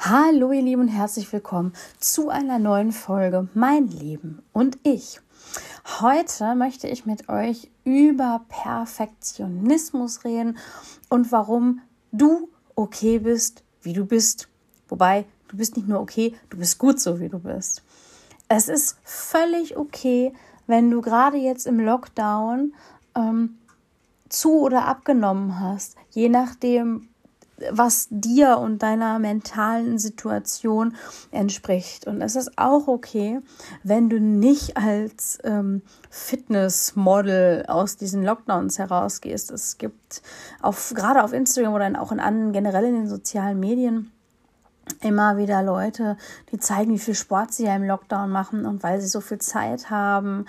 Hallo ihr Lieben und herzlich willkommen zu einer neuen Folge Mein Leben und ich. Heute möchte ich mit euch über Perfektionismus reden und warum du okay bist, wie du bist. Wobei, du bist nicht nur okay, du bist gut so, wie du bist. Es ist völlig okay, wenn du gerade jetzt im Lockdown zu- oder abgenommen hast, je nachdem, was dir und deiner mentalen Situation entspricht. Und es ist auch okay, wenn du nicht als Fitnessmodel aus diesen Lockdowns herausgehst. Es gibt gerade auf Instagram oder auch in anderen, generell in den sozialen Medien, immer wieder Leute, die zeigen, wie viel Sport sie ja im Lockdown machen und weil sie so viel Zeit haben.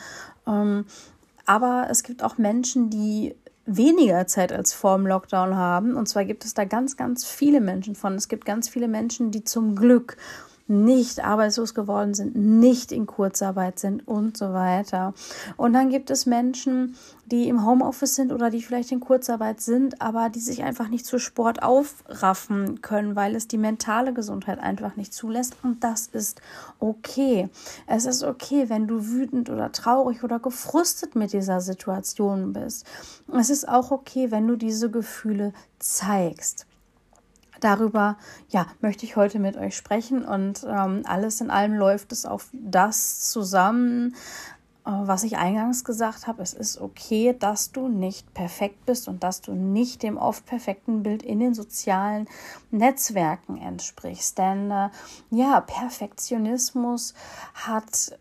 Aber es gibt auch Menschen, die weniger Zeit als vor dem Lockdown haben. Und zwar gibt es da ganz, ganz viele Menschen von. Es gibt ganz viele Menschen, die zum Glück nicht arbeitslos geworden sind, nicht in Kurzarbeit sind und so weiter. Und dann gibt es Menschen, die im Homeoffice sind oder die vielleicht in Kurzarbeit sind, aber die sich einfach nicht zu Sport aufraffen können, weil es die mentale Gesundheit einfach nicht zulässt. Und das ist okay. Es ist okay, wenn du wütend oder traurig oder gefrustet mit dieser Situation bist. Es ist auch okay, wenn du diese Gefühle zeigst. Darüber, möchte ich heute mit euch sprechen und alles in allem läuft es auf das zusammen, was ich eingangs gesagt habe. Es ist okay, dass du nicht perfekt bist und dass du nicht dem oft perfekten Bild in den sozialen Netzwerken entsprichst. Denn Perfektionismus hat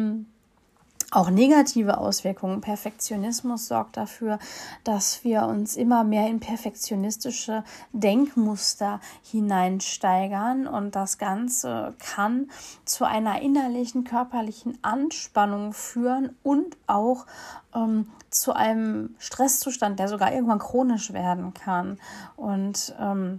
auch negative Auswirkungen. Perfektionismus sorgt dafür, dass wir uns immer mehr in perfektionistische Denkmuster hineinsteigern und das Ganze kann zu einer innerlichen, körperlichen Anspannung führen und auch zu einem Stresszustand, der sogar irgendwann chronisch werden kann. Und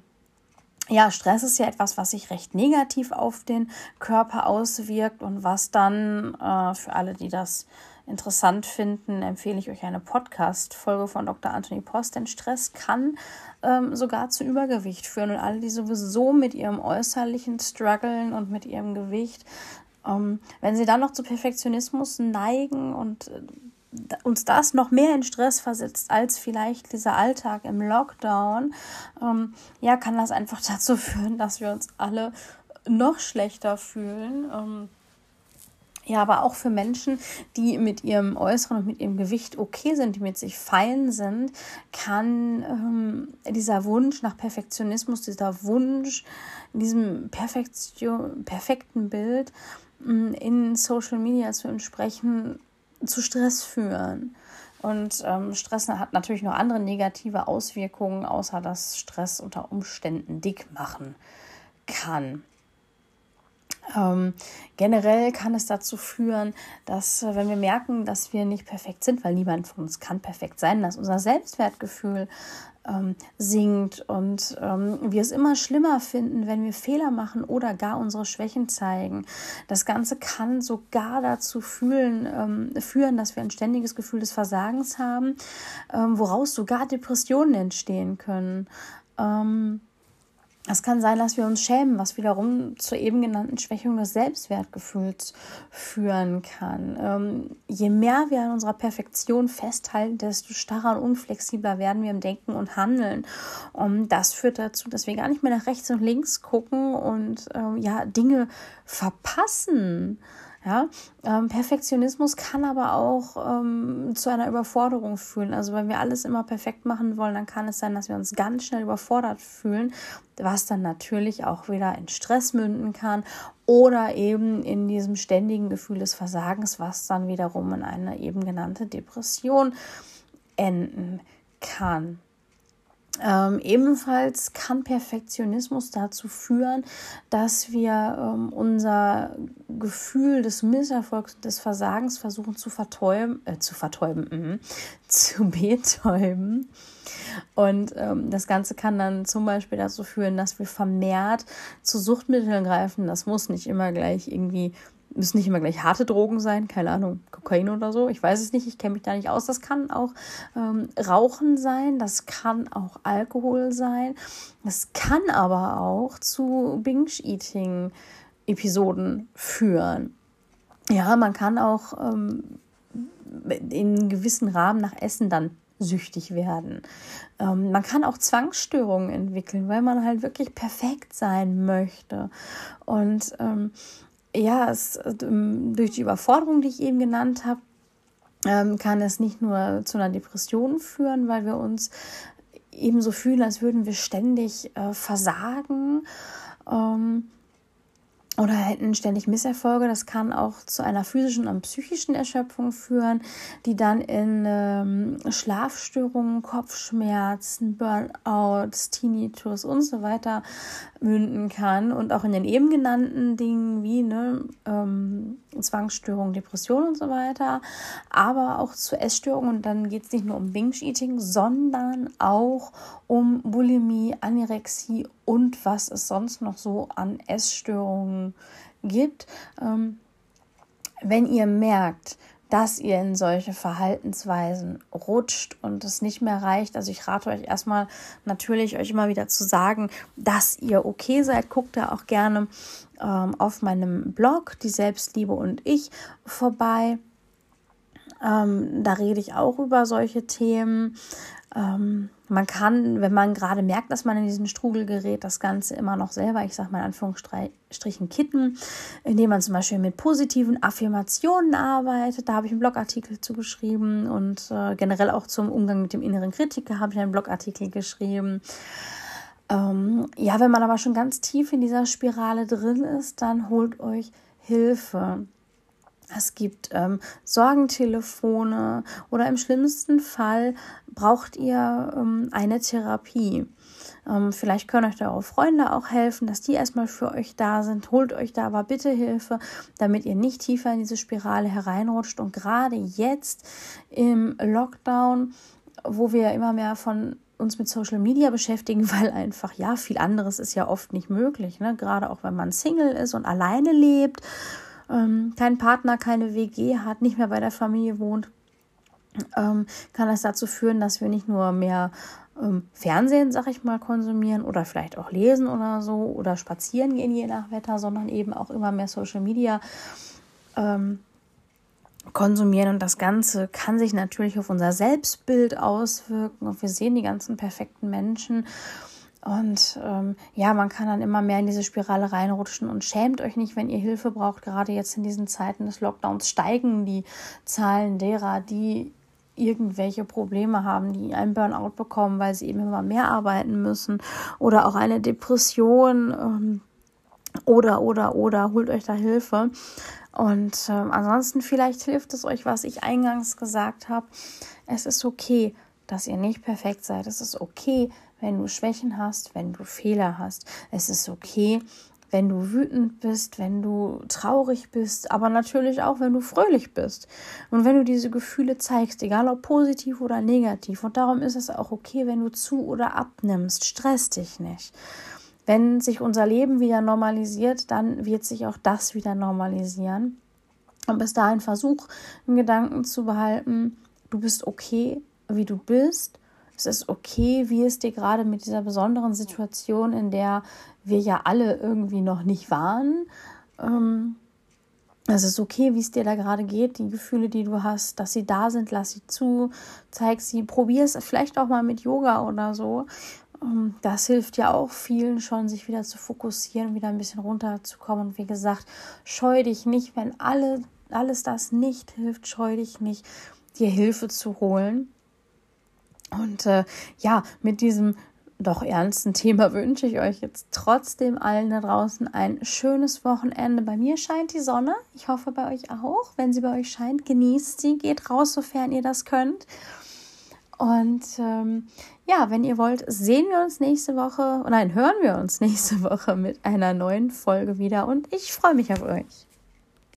Stress ist ja etwas, was sich recht negativ auf den Körper auswirkt und was dann, für alle, die das interessant finden, empfehle ich euch eine Podcast-Folge von Dr. Anthony Post, denn Stress kann sogar zu Übergewicht führen und alle, die sowieso mit ihrem Äußerlichen strugglen und mit ihrem Gewicht, wenn sie dann noch zu Perfektionismus neigen und uns das noch mehr in Stress versetzt als vielleicht dieser Alltag im Lockdown, kann das einfach dazu führen, dass wir uns alle noch schlechter fühlen. Aber auch für Menschen, die mit ihrem Äußeren und mit ihrem Gewicht okay sind, die mit sich fein sind, kann dieser Wunsch nach Perfektionismus, dieser Wunsch in diesem perfekten Bild in Social Media zu entsprechen, zu Stress führen. Und Stress hat natürlich noch andere negative Auswirkungen, außer dass Stress unter Umständen dick machen kann. Generell kann es dazu führen, dass wenn wir merken, dass wir nicht perfekt sind, weil niemand von uns kann perfekt sein, dass unser Selbstwertgefühl sinkt und wir es immer schlimmer finden, wenn wir Fehler machen oder gar unsere Schwächen zeigen. Das Ganze kann sogar dazu führen, dass wir ein ständiges Gefühl des Versagens haben, woraus sogar Depressionen entstehen können. Es kann sein, dass wir uns schämen, was wiederum zur eben genannten Schwächung des Selbstwertgefühls führen kann. Je mehr wir an unserer Perfektion festhalten, desto starrer und unflexibler werden wir im Denken und Handeln. Das führt dazu, dass wir gar nicht mehr nach rechts und links gucken und Dinge verpassen. Perfektionismus kann aber auch zu einer Überforderung führen. Also wenn wir alles immer perfekt machen wollen, dann kann es sein, dass wir uns ganz schnell überfordert fühlen, was dann natürlich auch wieder in Stress münden kann oder eben in diesem ständigen Gefühl des Versagens, was dann wiederum in eine eben genannte Depression enden kann. Ebenfalls kann Perfektionismus dazu führen, dass wir unser Gefühl des Misserfolgs, des Versagens versuchen zu betäuben. Und das Ganze kann dann zum Beispiel dazu führen, dass wir vermehrt zu Suchtmitteln greifen. Das muss nicht immer gleich irgendwie Müssen nicht immer gleich harte Drogen sein, keine Ahnung, Kokain oder so, ich weiß es nicht, ich kenne mich da nicht aus. Das kann auch Rauchen sein, das kann auch Alkohol sein, das kann aber auch zu Binge-Eating-Episoden führen. Ja, man kann auch in gewissen Rahmen nach Essen dann süchtig werden. Man kann auch Zwangsstörungen entwickeln, weil man halt wirklich perfekt sein möchte. Und durch die Überforderung, die ich eben genannt habe, kann es nicht nur zu einer Depression führen, weil wir uns eben so fühlen, als würden wir ständig versagen oder hätten ständig Misserfolge. Das kann auch zu einer physischen und psychischen Erschöpfung führen, die dann in Schlafstörungen, Kopfschmerzen, Burnouts, Tinnitus und so weiter münden kann. Und auch in den eben genannten Dingen wie Zwangsstörungen, Depressionen und so weiter. Aber auch zu Essstörungen. Und dann geht es nicht nur um Binge-Eating, sondern auch um Bulimie, Anorexie und was es sonst noch so an Essstörungen gibt. Wenn ihr merkt, dass ihr in solche Verhaltensweisen rutscht und es nicht mehr reicht, also ich rate euch erstmal natürlich, euch immer wieder zu sagen, dass ihr okay seid. Guckt da auch gerne auf meinem Blog, die Selbstliebe und ich, vorbei. Da rede ich auch über solche Themen. Man kann, wenn man gerade merkt, dass man in diesen Strudel gerät, das Ganze immer noch selber, ich sage mal in Anführungsstrichen, kitten, indem man zum Beispiel mit positiven Affirmationen arbeitet. Da habe ich einen Blogartikel zu geschrieben und generell auch zum Umgang mit dem inneren Kritiker habe ich einen Blogartikel geschrieben. Wenn man aber schon ganz tief in dieser Spirale drin ist, dann holt euch Hilfe. Es gibt Sorgentelefone oder im schlimmsten Fall braucht ihr eine Therapie. Vielleicht können euch da eure Freunde auch helfen, dass die erstmal für euch da sind. Holt euch da aber bitte Hilfe, damit ihr nicht tiefer in diese Spirale hereinrutscht. Und gerade jetzt im Lockdown, wo wir immer mehr von uns mit Social Media beschäftigen, weil einfach, viel anderes ist ja oft nicht möglich, ne? Gerade auch wenn man Single ist und alleine lebt, keinen Partner, keine WG hat, nicht mehr bei der Familie wohnt, kann das dazu führen, dass wir nicht nur mehr Fernsehen, sag ich mal, konsumieren oder vielleicht auch lesen oder so oder spazieren gehen, je nach Wetter, sondern eben auch immer mehr Social Media konsumieren. Und das Ganze kann sich natürlich auf unser Selbstbild auswirken und wir sehen die ganzen perfekten Menschen. Und man kann dann immer mehr in diese Spirale reinrutschen und schämt euch nicht, wenn ihr Hilfe braucht. Gerade jetzt in diesen Zeiten des Lockdowns steigen die Zahlen derer, die irgendwelche Probleme haben, die einen Burnout bekommen, weil sie eben immer mehr arbeiten müssen oder auch eine Depression oder holt euch da Hilfe. Und ansonsten vielleicht hilft es euch, was ich eingangs gesagt habe. Es ist okay, dass ihr nicht perfekt seid. Es ist okay, wenn du Schwächen hast, wenn du Fehler hast. Es ist okay, wenn du wütend bist, wenn du traurig bist, aber natürlich auch, wenn du fröhlich bist. Und wenn du diese Gefühle zeigst, egal ob positiv oder negativ. Und darum ist es auch okay, wenn du zu- oder abnimmst. Stress dich nicht. Wenn sich unser Leben wieder normalisiert, dann wird sich auch das wieder normalisieren. Und bis dahin versuch, einen Gedanken zu behalten, du bist okay, wie du bist. Es ist okay, wie es dir gerade mit dieser besonderen Situation, in der wir ja alle irgendwie noch nicht waren. Es ist okay, wie es dir da gerade geht, die Gefühle, die du hast, dass sie da sind, lass sie zu, zeig sie, probier es vielleicht auch mal mit Yoga oder so. Das hilft ja auch vielen schon, sich wieder zu fokussieren, wieder ein bisschen runterzukommen. Und wie gesagt, scheu dich nicht, wenn alles das nicht hilft, scheu dich nicht, dir Hilfe zu holen. Und mit diesem doch ernsten Thema wünsche ich euch jetzt trotzdem allen da draußen ein schönes Wochenende. Bei mir scheint die Sonne. Ich hoffe bei euch auch. Wenn sie bei euch scheint, genießt sie. Geht raus, sofern ihr das könnt. Und wenn ihr wollt, hören wir uns nächste Woche mit einer neuen Folge wieder. Und ich freue mich auf euch.